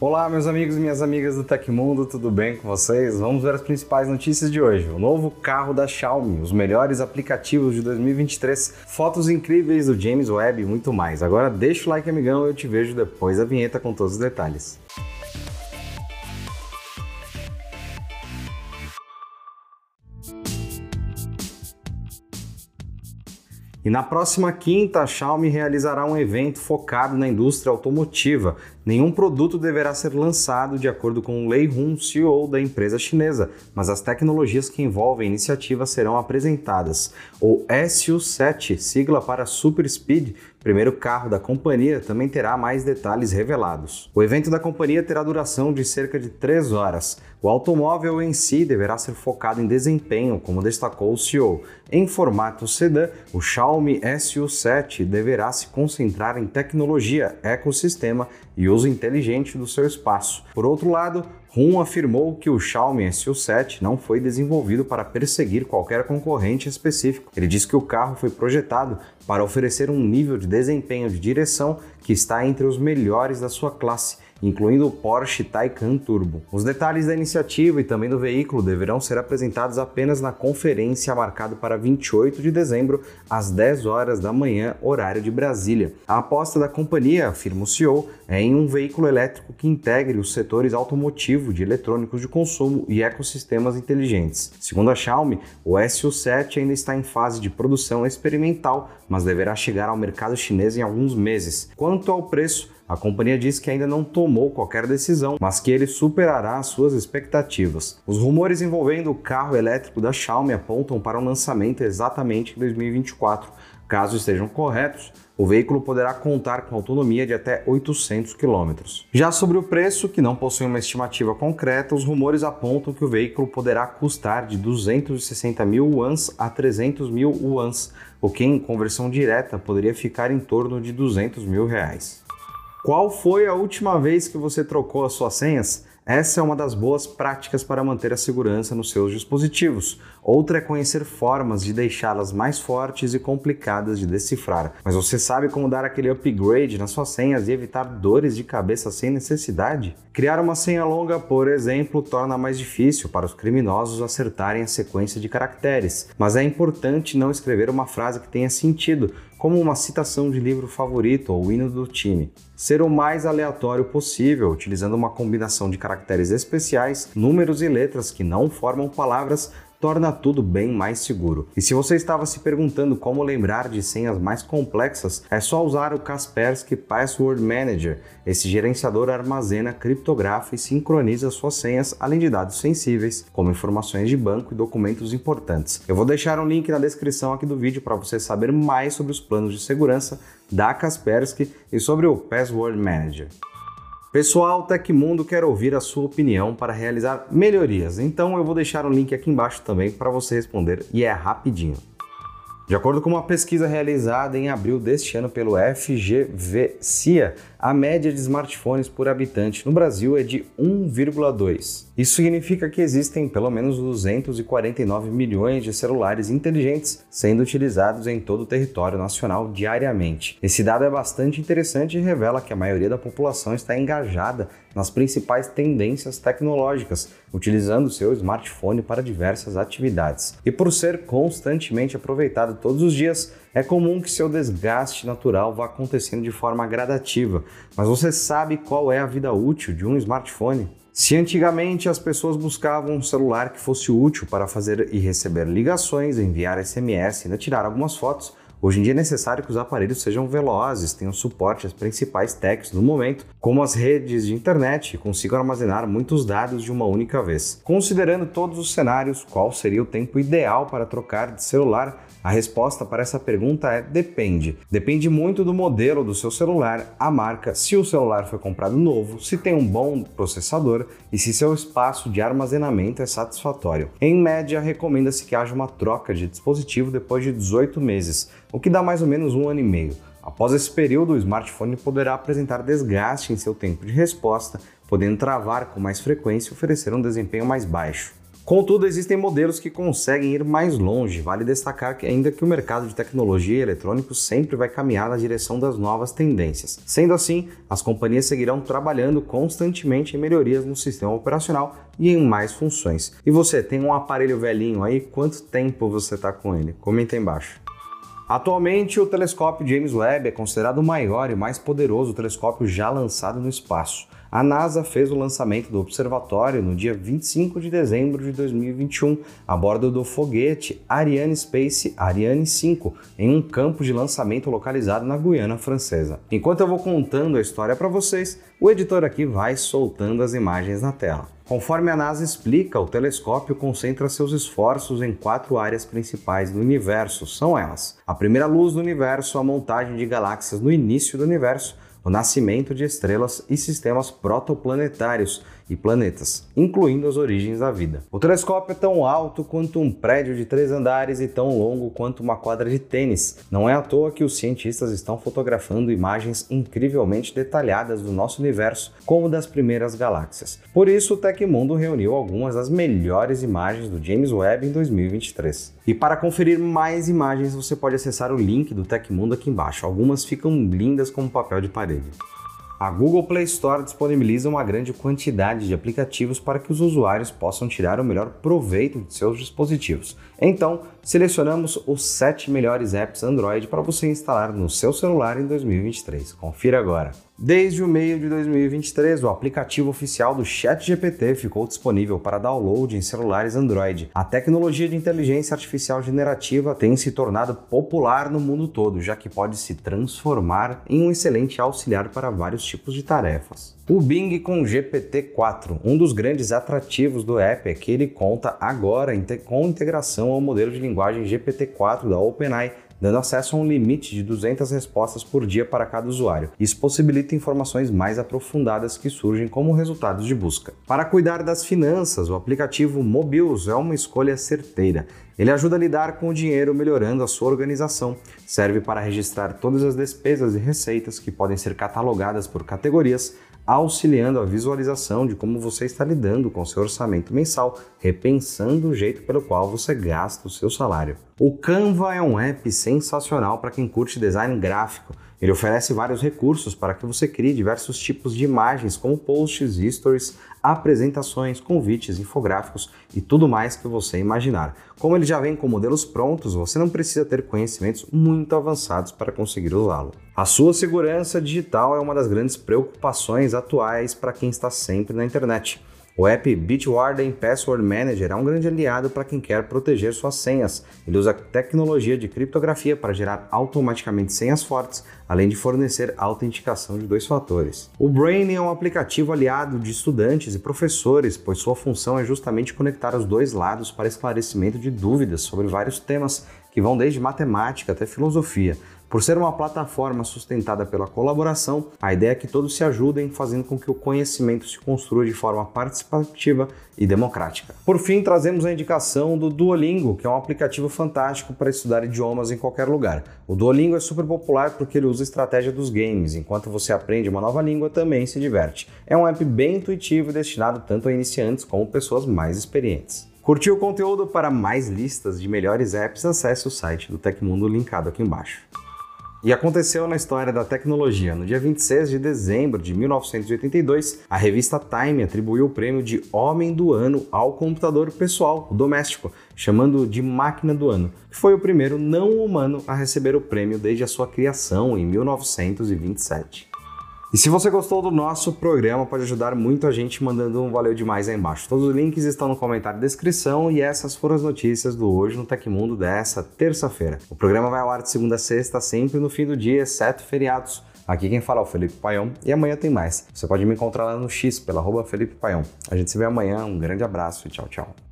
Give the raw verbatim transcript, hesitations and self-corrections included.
Olá, meus amigos e minhas amigas do Tecmundo, tudo bem com vocês? Vamos ver as principais notícias de hoje. O novo carro da Xiaomi, os melhores aplicativos de dois mil e vinte e três, fotos incríveis do James Webb e muito mais. Agora deixa o like, amigão, e eu te vejo depois da vinheta com todos os detalhes. E na próxima quinta, a Xiaomi realizará um evento focado na indústria automotiva. Nenhum produto deverá ser lançado, de acordo com Lei Hun, C E O da empresa chinesa, mas as tecnologias que envolvem a iniciativa serão apresentadas. O S U sete, sigla para Super Speed, primeiro carro da companhia, também terá mais detalhes revelados. O evento da companhia terá duração de cerca de três horas. O automóvel em si deverá ser focado em desempenho, como destacou o C E O. Em formato sedã, o Xiaomi S U sete deverá se concentrar em tecnologia, ecossistema e uso inteligente do seu espaço. Por outro lado, Hun afirmou que o Xiaomi S U sete não foi desenvolvido para perseguir qualquer concorrente específico. Ele disse que o carro foi projetado para oferecer um nível de desempenho de direção que está entre os melhores da sua classe, incluindo o Porsche Taycan Turbo. Os detalhes da iniciativa e também do veículo deverão ser apresentados apenas na conferência marcada para vinte e oito de dezembro, às dez horas da manhã, horário de Brasília. A aposta da companhia, afirma o C E O, é em um veículo elétrico que integre os setores automotivo, de eletrônicos de consumo e ecossistemas inteligentes. Segundo a Xiaomi, o S U sete ainda está em fase de produção experimental, mas deverá chegar ao mercado chinês em alguns meses. Quanto ao preço, a companhia diz que ainda não tomou qualquer decisão, mas que ele superará as suas expectativas. Os rumores envolvendo o carro elétrico da Xiaomi apontam para um lançamento exatamente em dois mil e vinte e quatro. Caso estejam corretos, o veículo poderá contar com autonomia de até oitocentos quilômetros. Já sobre o preço, que não possui uma estimativa concreta, os rumores apontam que o veículo poderá custar de duzentos e sessenta mil yuans a trezentos mil yuans, o que em conversão direta poderia ficar em torno de duzentos mil reais. Qual foi a última vez que você trocou as suas senhas? Essa é uma das boas práticas para manter a segurança nos seus dispositivos. Outra é conhecer formas de deixá-las mais fortes e complicadas de decifrar. Mas você sabe como dar aquele upgrade nas suas senhas e evitar dores de cabeça sem necessidade? Criar uma senha longa, por exemplo, torna mais difícil para os criminosos acertarem a sequência de caracteres. Mas é importante não escrever uma frase que tenha sentido, como uma citação de livro favorito ou o hino do time. Ser o mais aleatório possível, utilizando uma combinação de caracteres especiais, números e letras que não formam palavras, torna tudo bem mais seguro. E se você estava se perguntando como lembrar de senhas mais complexas, é só usar o Kaspersky Password Manager. Esse gerenciador armazena, criptografa e sincroniza suas senhas, além de dados sensíveis, como informações de banco e documentos importantes. Eu vou deixar um link na descrição aqui do vídeo para você saber mais sobre os planos de segurança da Kaspersky e sobre o Password Manager. Pessoal, Tecmundo quer ouvir a sua opinião para realizar melhorias, então eu vou deixar um link aqui embaixo também para você responder e é rapidinho. De acordo com uma pesquisa realizada em abril deste ano pelo F G V C I A, a média de smartphones por habitante no Brasil é de um vírgula dois. Isso significa que existem pelo menos duzentos e quarenta e nove milhões de celulares inteligentes sendo utilizados em todo o território nacional diariamente. Esse dado é bastante interessante e revela que a maioria da população está engajada nas principais tendências tecnológicas, utilizando seu smartphone para diversas atividades. E por ser constantemente aproveitado todos os dias, é comum que seu desgaste natural vá acontecendo de forma gradativa. Mas você sabe qual é a vida útil de um smartphone? Se antigamente as pessoas buscavam um celular que fosse útil para fazer e receber ligações, enviar S M S e ainda tirar algumas fotos, hoje em dia é necessário que os aparelhos sejam velozes, tenham suporte às principais techs do momento, como as redes de internet, e consigam armazenar muitos dados de uma única vez. Considerando todos os cenários, qual seria o tempo ideal para trocar de celular? A resposta para essa pergunta é depende. Depende muito do modelo do seu celular, a marca, se o celular foi comprado novo, se tem um bom processador e se seu espaço de armazenamento é satisfatório. Em média, recomenda-se que haja uma troca de dispositivo depois de dezoito meses, o que dá mais ou menos um ano e meio. Após esse período, o smartphone poderá apresentar desgaste em seu tempo de resposta, podendo travar com mais frequência e oferecer um desempenho mais baixo. Contudo, existem modelos que conseguem ir mais longe. Vale destacar que ainda que o mercado de tecnologia e eletrônicos sempre vai caminhar na direção das novas tendências. Sendo assim, as companhias seguirão trabalhando constantemente em melhorias no sistema operacional e em mais funções. E você, tem um aparelho velhinho aí? Quanto tempo você está com ele? Comenta aí embaixo. Atualmente, o telescópio James Webb é considerado o maior e mais poderoso telescópio já lançado no espaço. A NASA fez o lançamento do observatório no dia vinte e cinco de dezembro de dois mil e vinte e um, a bordo do foguete Ariane Space Ariane cinco, em um campo de lançamento localizado na Guiana Francesa. Enquanto eu vou contando a história para vocês, o editor aqui vai soltando as imagens na tela. Conforme a NASA explica, o telescópio concentra seus esforços em quatro áreas principais do universo. São elas: a primeira luz do universo, a montagem de galáxias no início do universo, o nascimento de estrelas e sistemas protoplanetários e planetas, incluindo as origens da vida. O telescópio é tão alto quanto um prédio de três andares e tão longo quanto uma quadra de tênis. Não é à toa que os cientistas estão fotografando imagens incrivelmente detalhadas do nosso universo, como das primeiras galáxias. Por isso, o Tecmundo reuniu algumas das melhores imagens do James Webb em dois mil e vinte e três. E para conferir mais imagens, você pode acessar o link do Tecmundo aqui embaixo. Algumas ficam lindas como papel de parede. A Google Play Store disponibiliza uma grande quantidade de aplicativos para que os usuários possam tirar o melhor proveito de seus dispositivos. Então, selecionamos os sete melhores apps Android para você instalar no seu celular em dois mil e vinte e três. Confira agora! Desde o meio de dois mil e vinte e três, o aplicativo oficial do ChatGPT ficou disponível para download em celulares Android. A tecnologia de inteligência artificial generativa tem se tornado popular no mundo todo, já que pode se transformar em um excelente auxiliar para vários tipos de tarefas. O Bing com G P T quatro. Um dos grandes atrativos do app é que ele conta agora com integração ao modelo de linguagem G P T quatro da OpenAI, dando acesso a um limite de duzentas respostas por dia para cada usuário. Isso possibilita informações mais aprofundadas que surgem como resultados de busca. Para cuidar das finanças, o aplicativo Mobius é uma escolha certeira. Ele ajuda a lidar com o dinheiro melhorando a sua organização. Serve para registrar todas as despesas e receitas que podem ser catalogadas por categorias, auxiliando a visualização de como você está lidando com seu orçamento mensal, repensando o jeito pelo qual você gasta o seu salário. O Canva é um app sensacional para quem curte design gráfico. Ele oferece vários recursos para que você crie diversos tipos de imagens, como posts, stories, apresentações, convites, infográficos e tudo mais que você imaginar. Como ele já vem com modelos prontos, você não precisa ter conhecimentos muito avançados para conseguir usá-lo. A sua segurança digital é uma das grandes preocupações atuais para quem está sempre na internet. O app Bitwarden Password Manager é um grande aliado para quem quer proteger suas senhas. Ele usa tecnologia de criptografia para gerar automaticamente senhas fortes, além de fornecer autenticação de dois fatores. O Brain é um aplicativo aliado de estudantes e professores, pois sua função é justamente conectar os dois lados para esclarecimento de dúvidas sobre vários temas que vão desde matemática até filosofia. Por ser uma plataforma sustentada pela colaboração, a ideia é que todos se ajudem, fazendo com que o conhecimento se construa de forma participativa e democrática. Por fim, trazemos a indicação do Duolingo, que é um aplicativo fantástico para estudar idiomas em qualquer lugar. O Duolingo é super popular porque ele usa a estratégia dos games. Enquanto você aprende uma nova língua, também se diverte. É um app bem intuitivo e destinado tanto a iniciantes como pessoas mais experientes. Curtiu o conteúdo? Para mais listas de melhores apps, acesse o site do Tecmundo linkado aqui embaixo. E aconteceu na história da tecnologia. No dia vinte e seis de dezembro de mil novecentos e oitenta e dois, a revista Time atribuiu o prêmio de Homem do Ano ao computador pessoal, o doméstico, chamando de Máquina do Ano, que foi o primeiro não humano a receber o prêmio desde a sua criação em mil novecentos e vinte e sete. E se você gostou do nosso programa, pode ajudar muito a gente mandando um valeu demais aí embaixo. Todos os links estão no comentário da descrição e essas foram as notícias do Hoje no Tecmundo dessa terça-feira. O programa vai ao ar de segunda a sexta, sempre no fim do dia, exceto feriados. Aqui quem fala é o Felipe Paião e amanhã tem mais. Você pode me encontrar lá no X, pela arroba Felipe Paião. A gente se vê amanhã, um grande abraço e tchau, tchau.